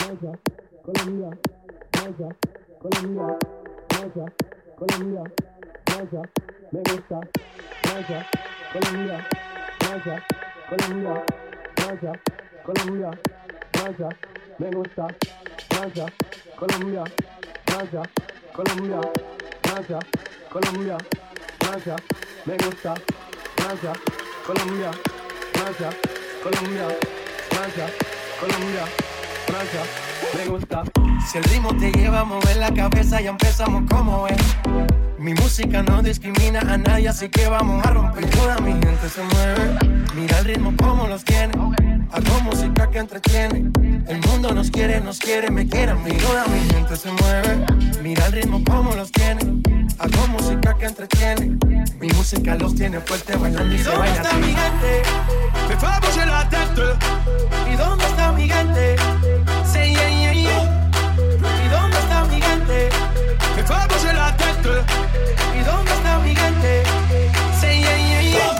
Si el ritmo te lleva a mover la cabeza, ya empezamos como es. Mi música no discrimina a nadie, así que vamos a romper. Toda mi gente se mueve, mira el ritmo como los tiene. Hago música que entretiene. El mundo nos quiere, me quiere a mí. Toda mi gente se mueve, mira el ritmo como los tiene. Hago música que entretiene. Mi música los tiene fuerte bailando y se baila. ¿Y dónde está mi gente? Me fais bouger la tête. ¿Y dónde está mi gente? Say yeah, yeah, yeah. ¿Y dónde está mi gente? Me fais bouger la tête. ¿Y dónde está mi gente? Say yeah, yeah, yeah.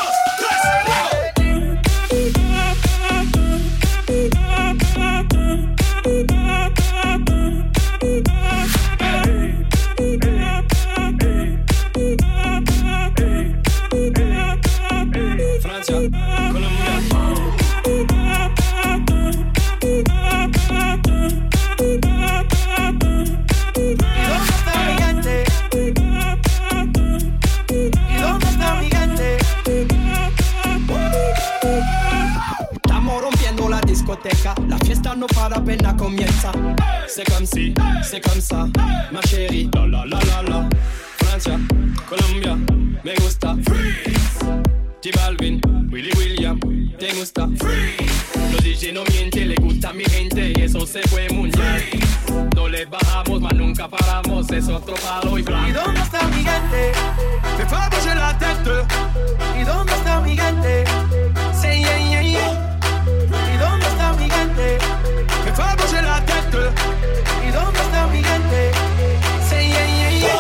La fiesta no para, apenas comienza. C'est comme si, c'est comme ça, ma chérie. La la la la la. Francia, Colombia, me gusta. Freeze. J Balvin, Willy William, te gusta. Freeze. Los DJ no mienten, le gusta a mi gente y eso se fue muy bien. No le bajamos, mas nunca paramos, es otro palo y blanco. ¿Y dónde está mi gente? Me fais bouger la tête. ¿Y dónde está mi gente? Say yeah, yeah, yeah. ¿Y dónde está mi gente? Me fais bouger la tête. ¿Y dónde está mi gente? Say yeah, yeah, yeah.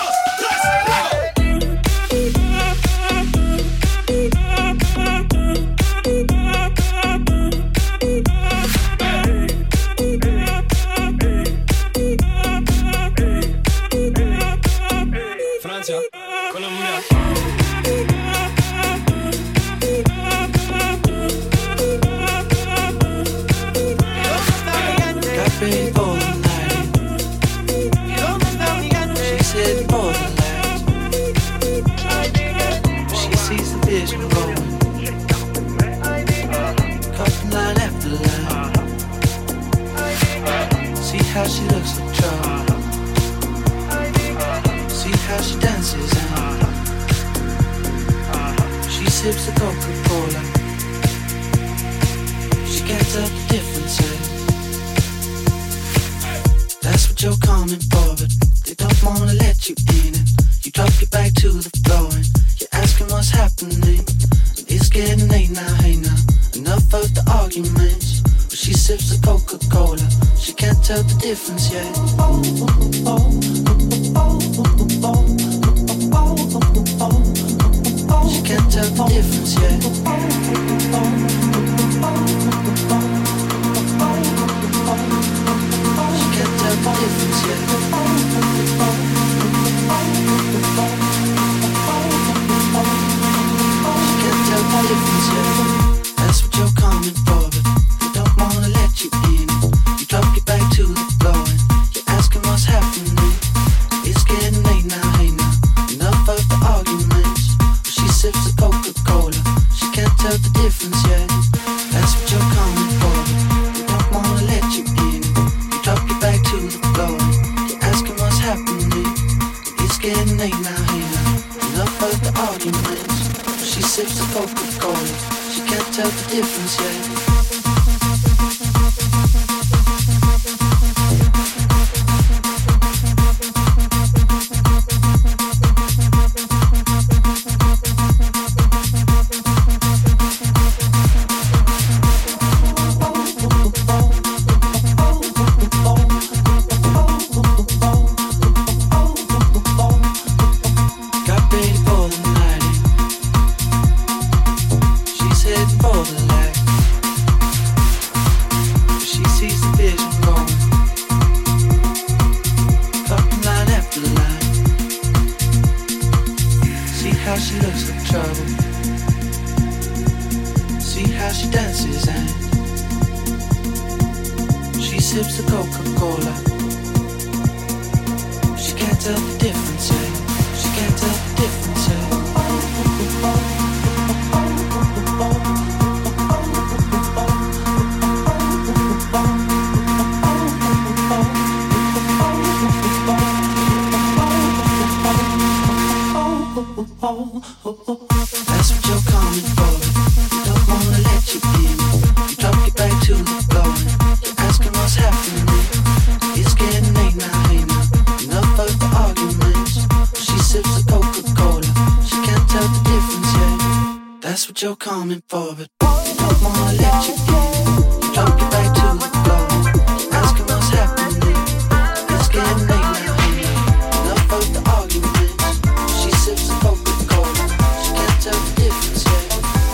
1, 2, 3. Francia, Colombia. Ready for the night. She's heading for the light. She sees the vision going. Couple line after line. See how she looks like trouble. See how she dances and she sips the Coca-Cola. She can't tell the difference. That's what you're coming for, but they don't wanna let you in. And you drop your back to the floor and you're asking what's happening. It's getting late now, hey now. Enough of the arguments. But she sips the Coca-Cola. She can't tell the difference yet. She can't tell the difference yet. She can't tell the difference yet. She can't tell the difference yet. That's what you're coming for, but they don't wanna let you in. You drop your back to the floor and you're asking what's happening. It's getting late now, hey now. Enough of the arguments. But she sips the Coca-Cola. She can't tell the difference yet. That's what you're coming for, but they don't wanna let you in. You drop your back to the floor and you're asking what's happening. It's getting late now, hey now. Enough of the arguments. But she sips the Coca-Cola. She can't tell the difference yet. Heading for the light. sips of Coca-Cola. She can't tell the difference, yeah. She can't tell the difference, yeah. That's what you're coming for. You don't wanna let you in. You drop it back to the floor. You're asking what's happening. It's getting late now, hey now. Enough of the arguments. She sips the Coca-Cola. She can't tell the difference yet. That's what you're coming for, but you don't wanna let you in. You drop it back to the floor. You're asking what's happening. It's getting late now, hey now. Enough of the arguments. She sips the Coca-Cola. She can't tell the difference yet.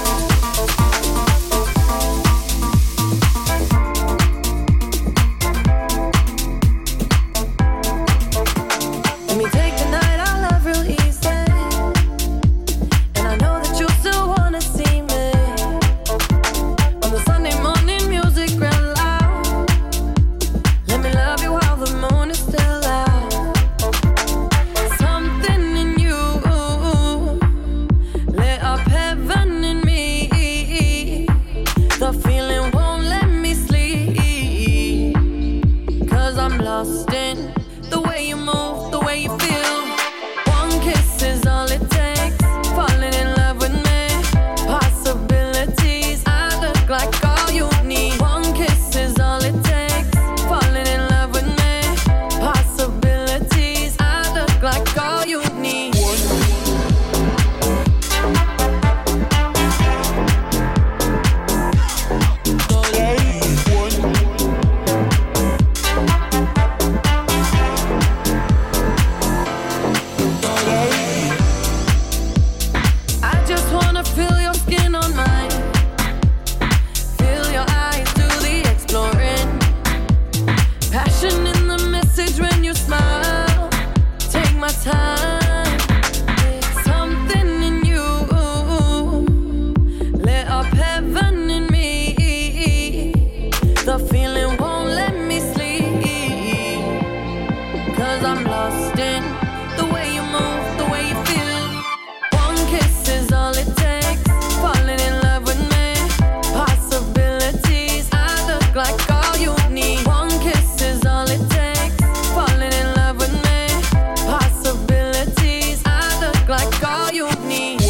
Let me take the night, I love real easy. And I know that you still wanna see me. On the Sunday morning, music real loud. Let me love you while the moon is still out. Something in you lit up heaven in me. The feeling won't let me sleep. 'Cause I'm lost in the way you move, the way you feel. One kiss is all it takes. Falling in love with me. Possibilities, I look like all you need. One kiss is all it takes. Falling in love with me. Possibilities, I look like all you need. I just wanna feel your skin on mine. Feel your eyes do the exploring. Passion in the message when you smile. Take my time. Something in you lit up heaven in me. The feeling won't let me sleep. 'Cause I'm lost in the way you move, the way you feel. One kiss is all it takes. Falling in love with me. Possibilities, I look like all you need. One kiss is all it takes. Falling in love with me. Possibilities, I look like all you need.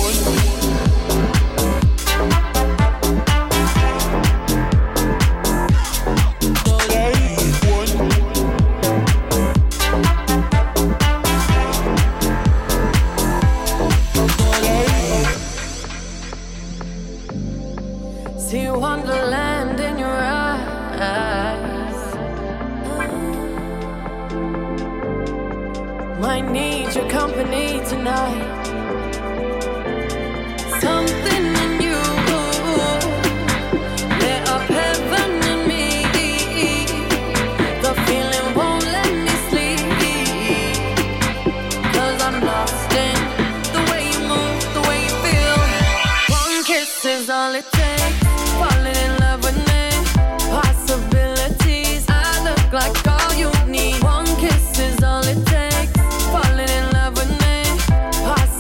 See wonderland in your eyes. Might need your company tonight. Something in you lit up heaven in me. The feeling won't let me sleep. 'Cause I'm lost in the way you move, the way you feel. One kiss is all it takes. Falling in love with me. Possibilities, I look like all you need. One kiss is all it takes. Falling in love with me.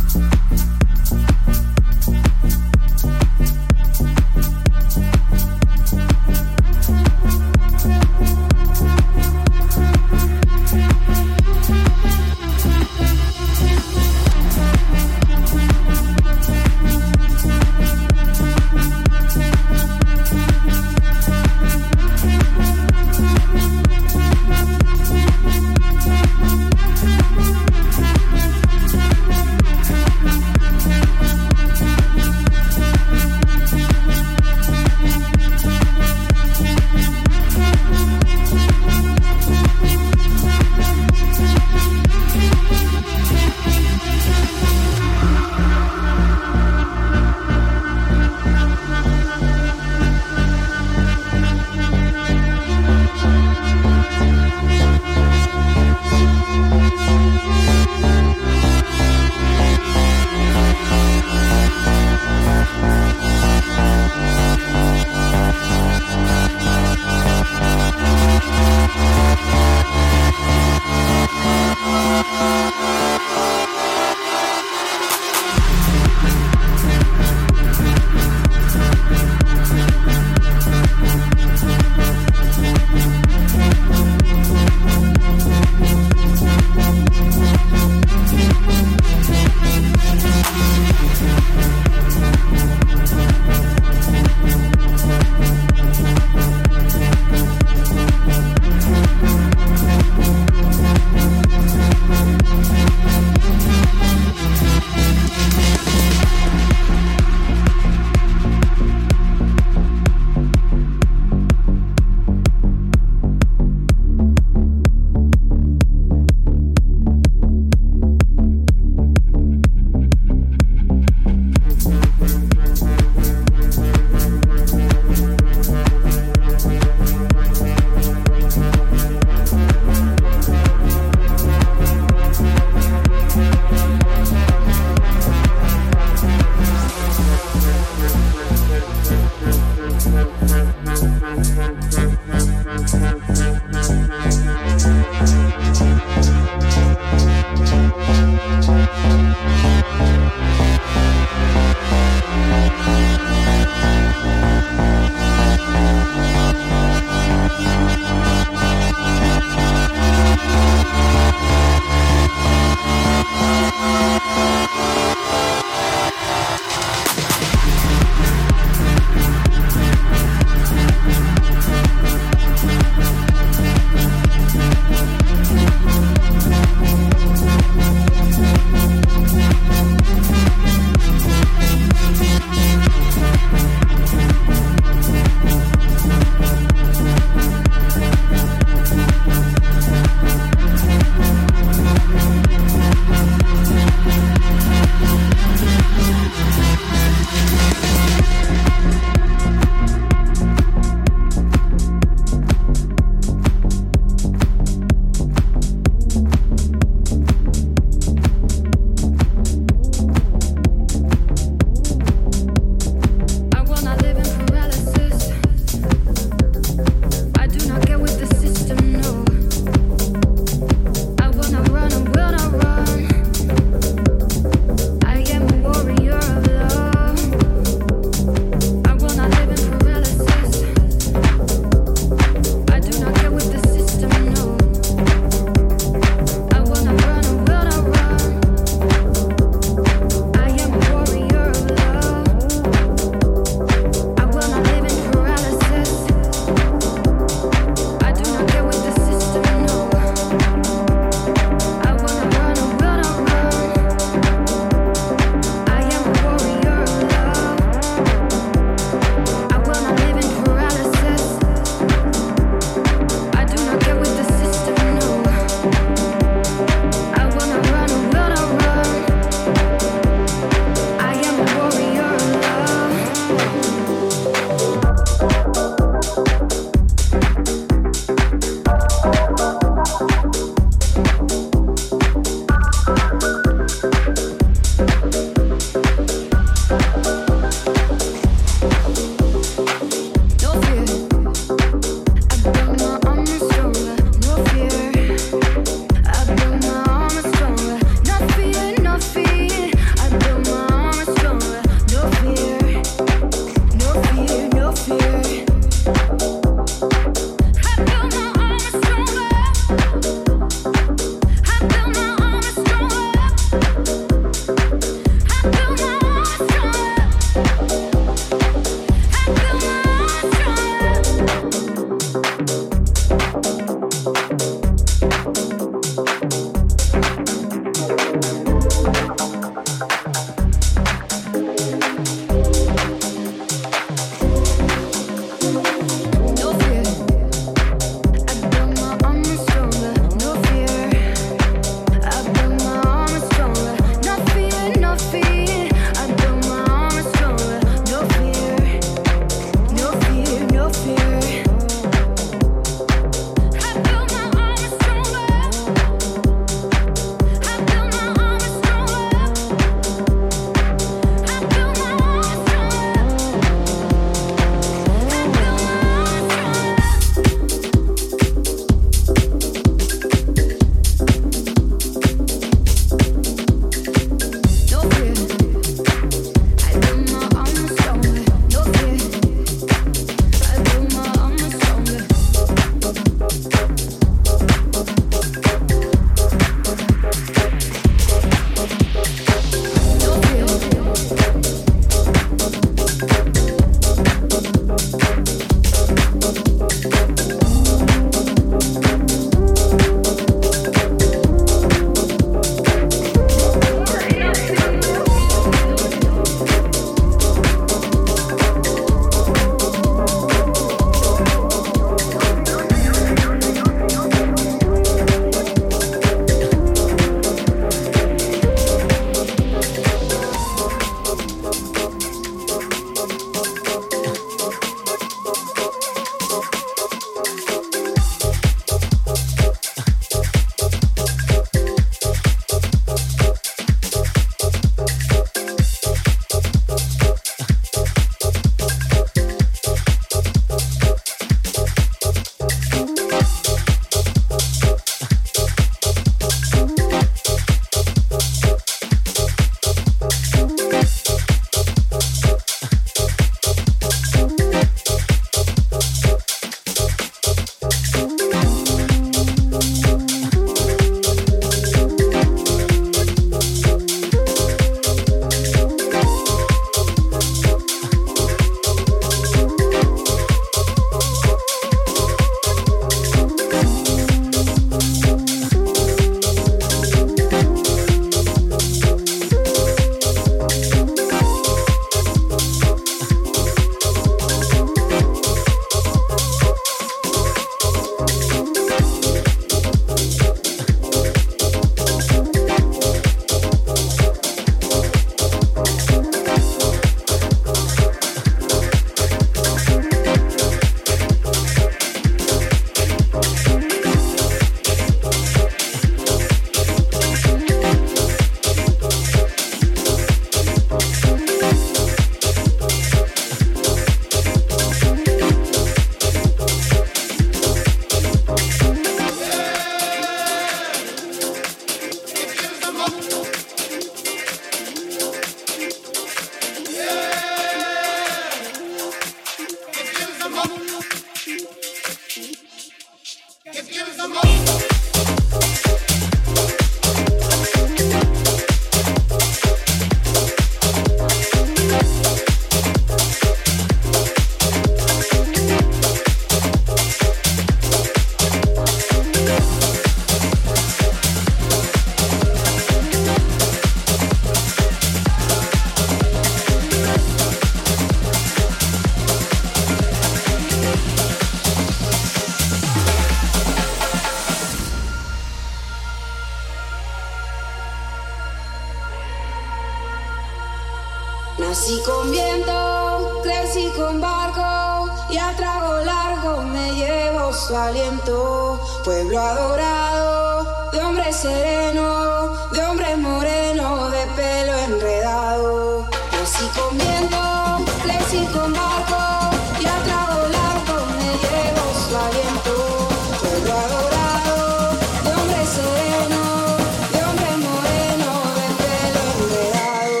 su aliento, pueblo adorado, de hombre sereno, de hombre moreno, de pelo enredado. Nací con viento, crecí con barco, y a trago largo me llevo su aliento, pueblo adorado, de hombre sereno, de hombre moreno, de pelo enredado.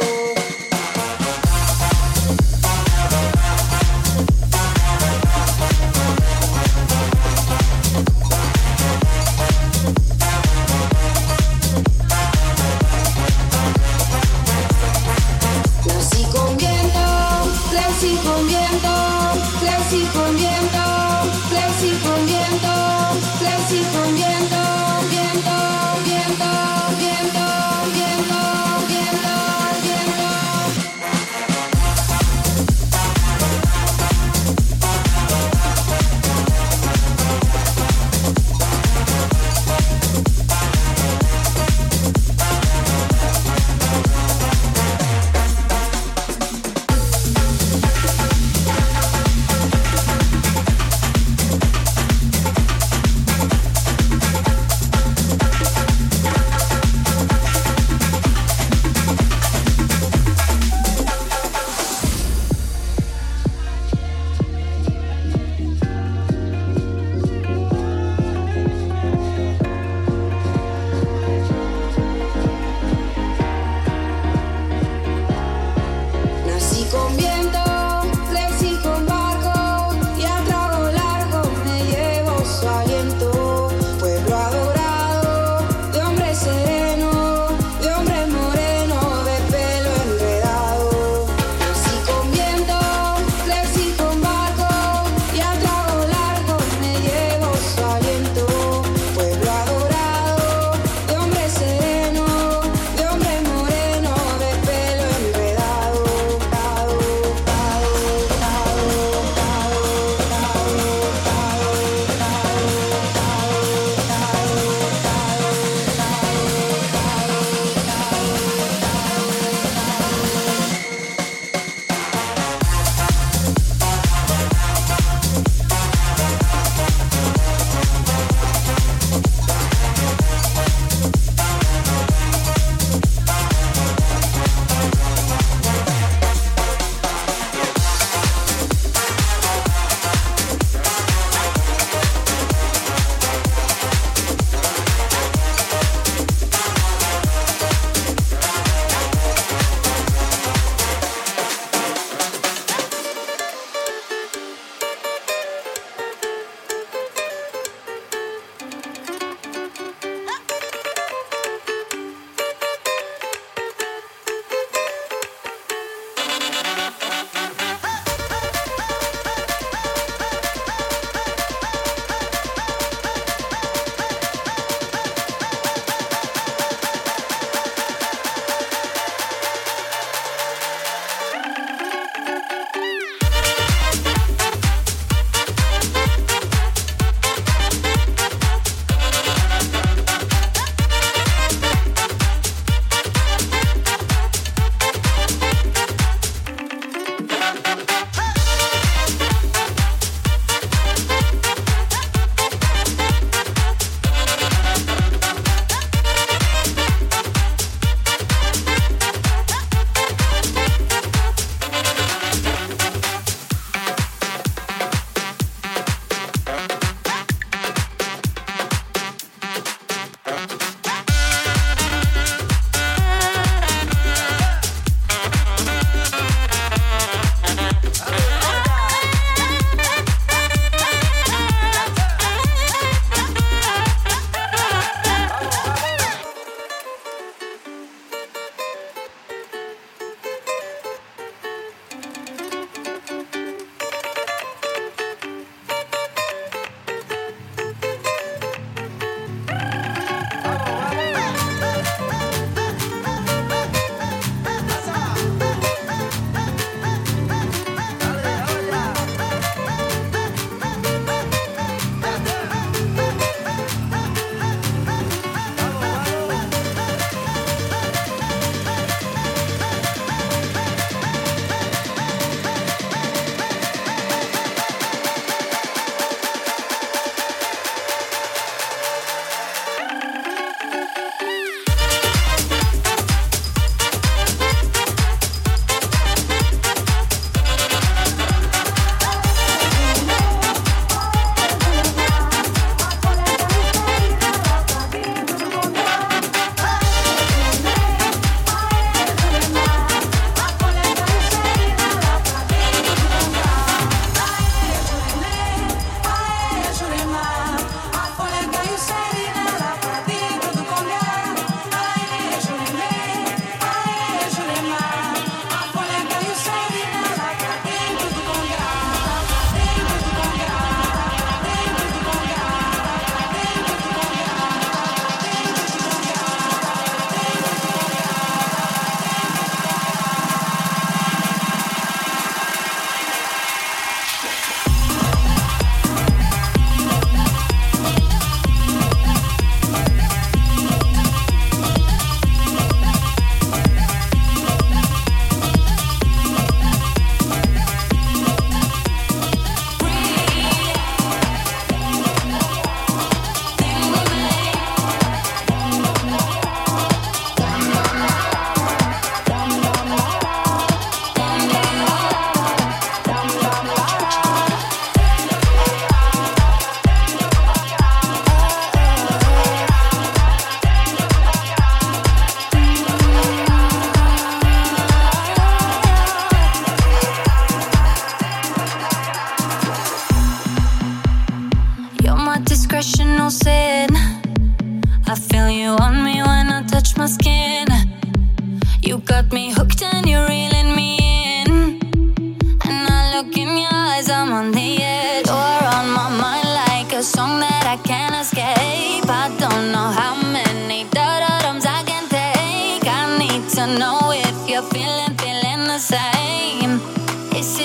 Nací con viento, crecí con viento, crecí con viento, crecí con viento, crecí con viento, viento, viento, viento, viento, viento, viento. Nací con viento, crecí con barco, y a trago largo me llevo su aliento, pueblo adorado, de hombre sereno, de hombre moreno, de pelo enredado. Nací con viento, crecí con barco, y a trago largo me llevo su aliento, pueblo adorado, de hombre sereno, de hombre moreno, de pelo enredado.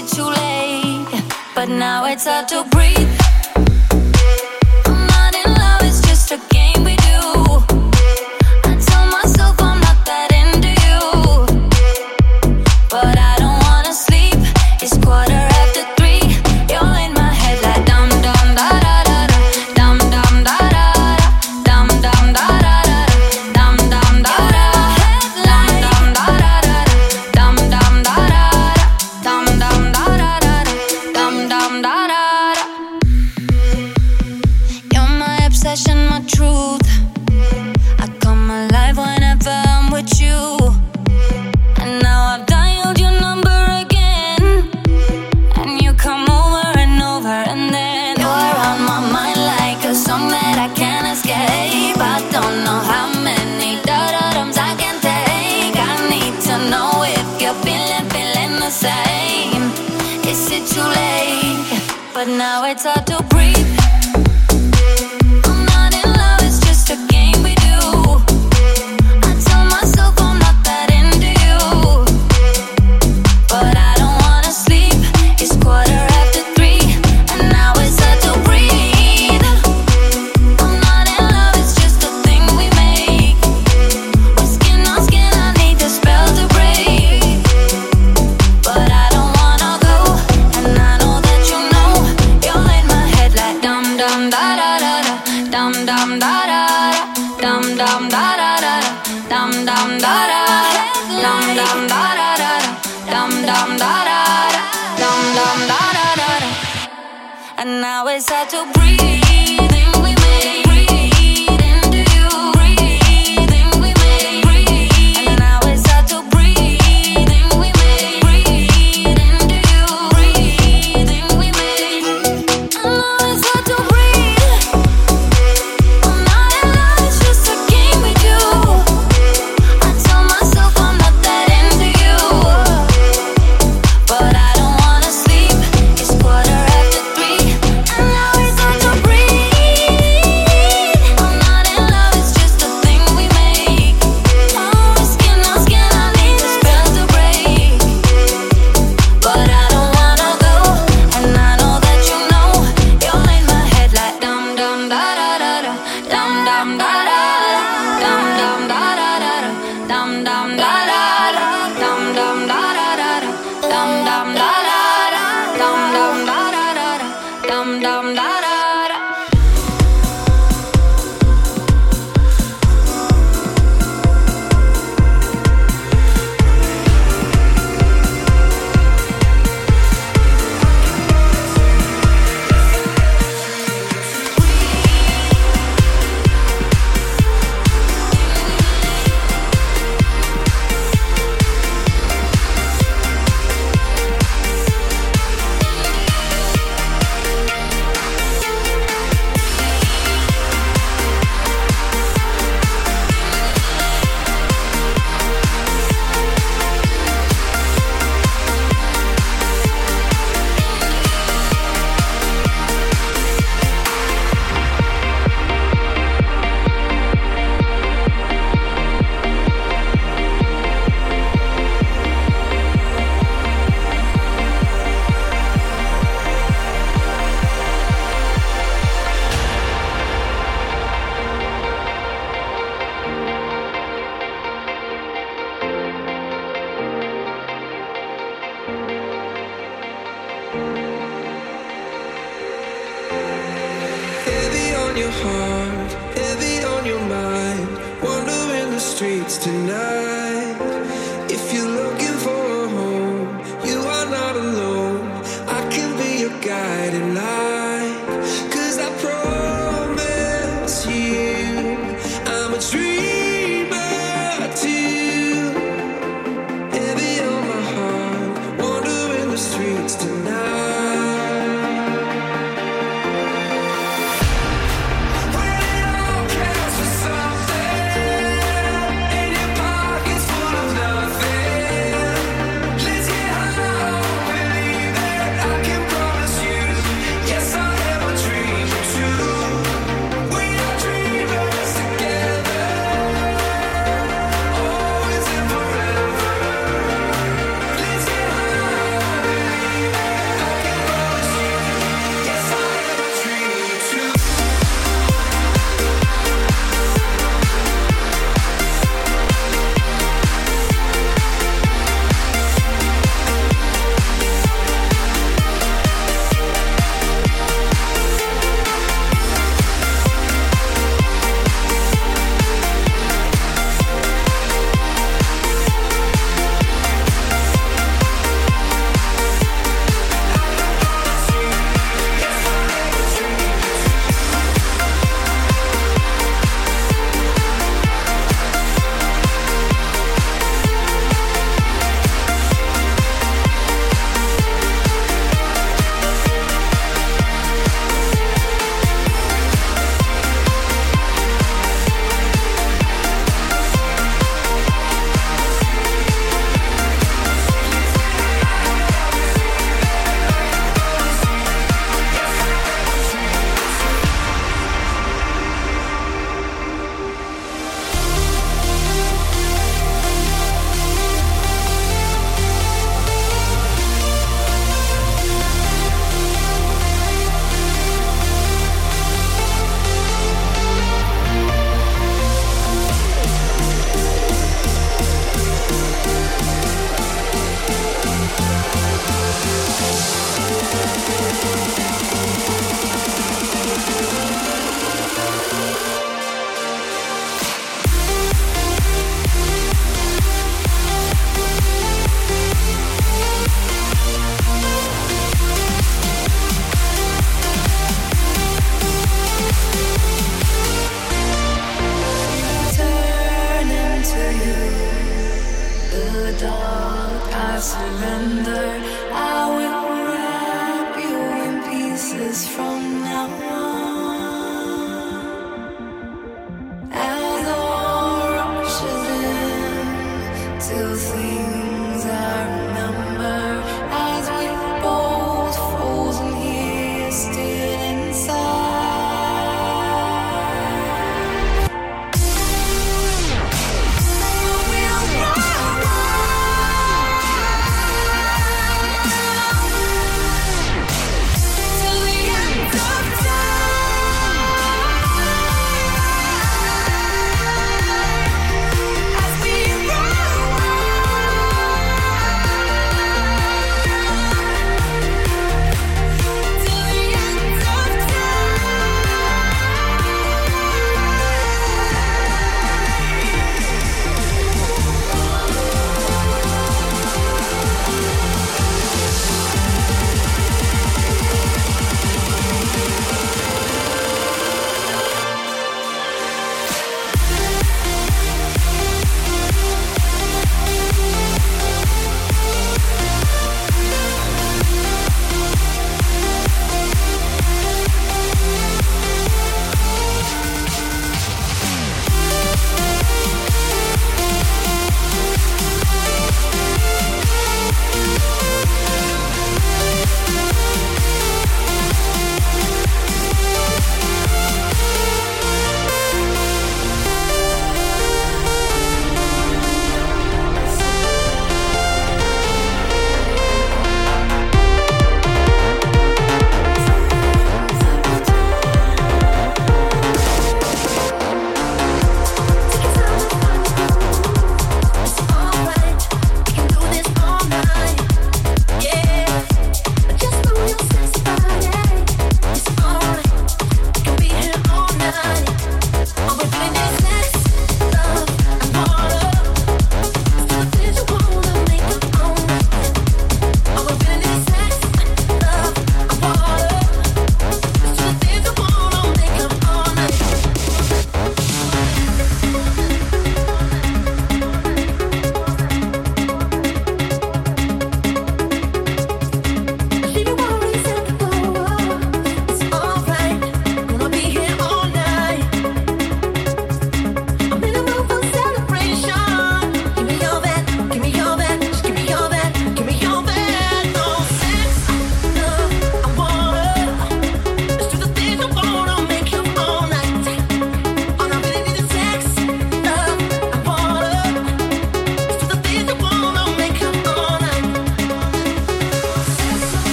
it too late? But now it's hard to breathe. I'm not in love, it's just a game we do. I tell myself I'm not that into you, but I don't wanna sleep. It's 3:15. You're in my head like dum dum da da da da, dum dum da da da, dum dum da da da, dum dum da da, dum dum da da da, dum dum da da, dum dum da da da, dum dum da da. You're my obsession, my truth. I come alive whenever I'm with you. And now I've dialed your number again, and you come over and over, and then you're on my mind like a song that I can't escape. I don't know how many da-da-dums I can take. I need to know if you're feeling the same. Is it too late? But now it's hard to breathe. I'm not in love, it's just a game we do. I tell myself I'm not that into you, but I don't wanna sleep. It's 3:15, and now it's hard to breathe. I'm not in love, it's just a thing we make. We're skin on skin, I need the spell to break, but I don't wanna go. And I know that you know you're in my head like dum dum da da da da, dum dum da da da, dum dum da da da, dum dum da da, dum dum da da da, dum dum da da, dum dum da da da. And now it's hard to breathe. We make breathe into you. Breathing we make breathe. And now it's hard to breathe. We make breathe into you. Breathing we make. And now it's hard to breathe. I'm not in love, it's just a game we do. I tell myself I'm not that into you, but I don't wanna sleep. It's 3:15, and now it's hard to breathe. I'm not in love, it's just a thing we make. Oh, skin on skin, I need the spell to break, but I don't wanna go. And I know that you know you're in my head like dum dum da da da da, dum dum da da da, dum dum da da da da, dum dum da da da, dum dum da da da da, dum dum da da da, dum dum da da da da, dum dum da da da. Heavy on your heart, heavy on your mind. Wandering the streets tonight. If you're looking for a home, you are not alone. I can be your guiding light.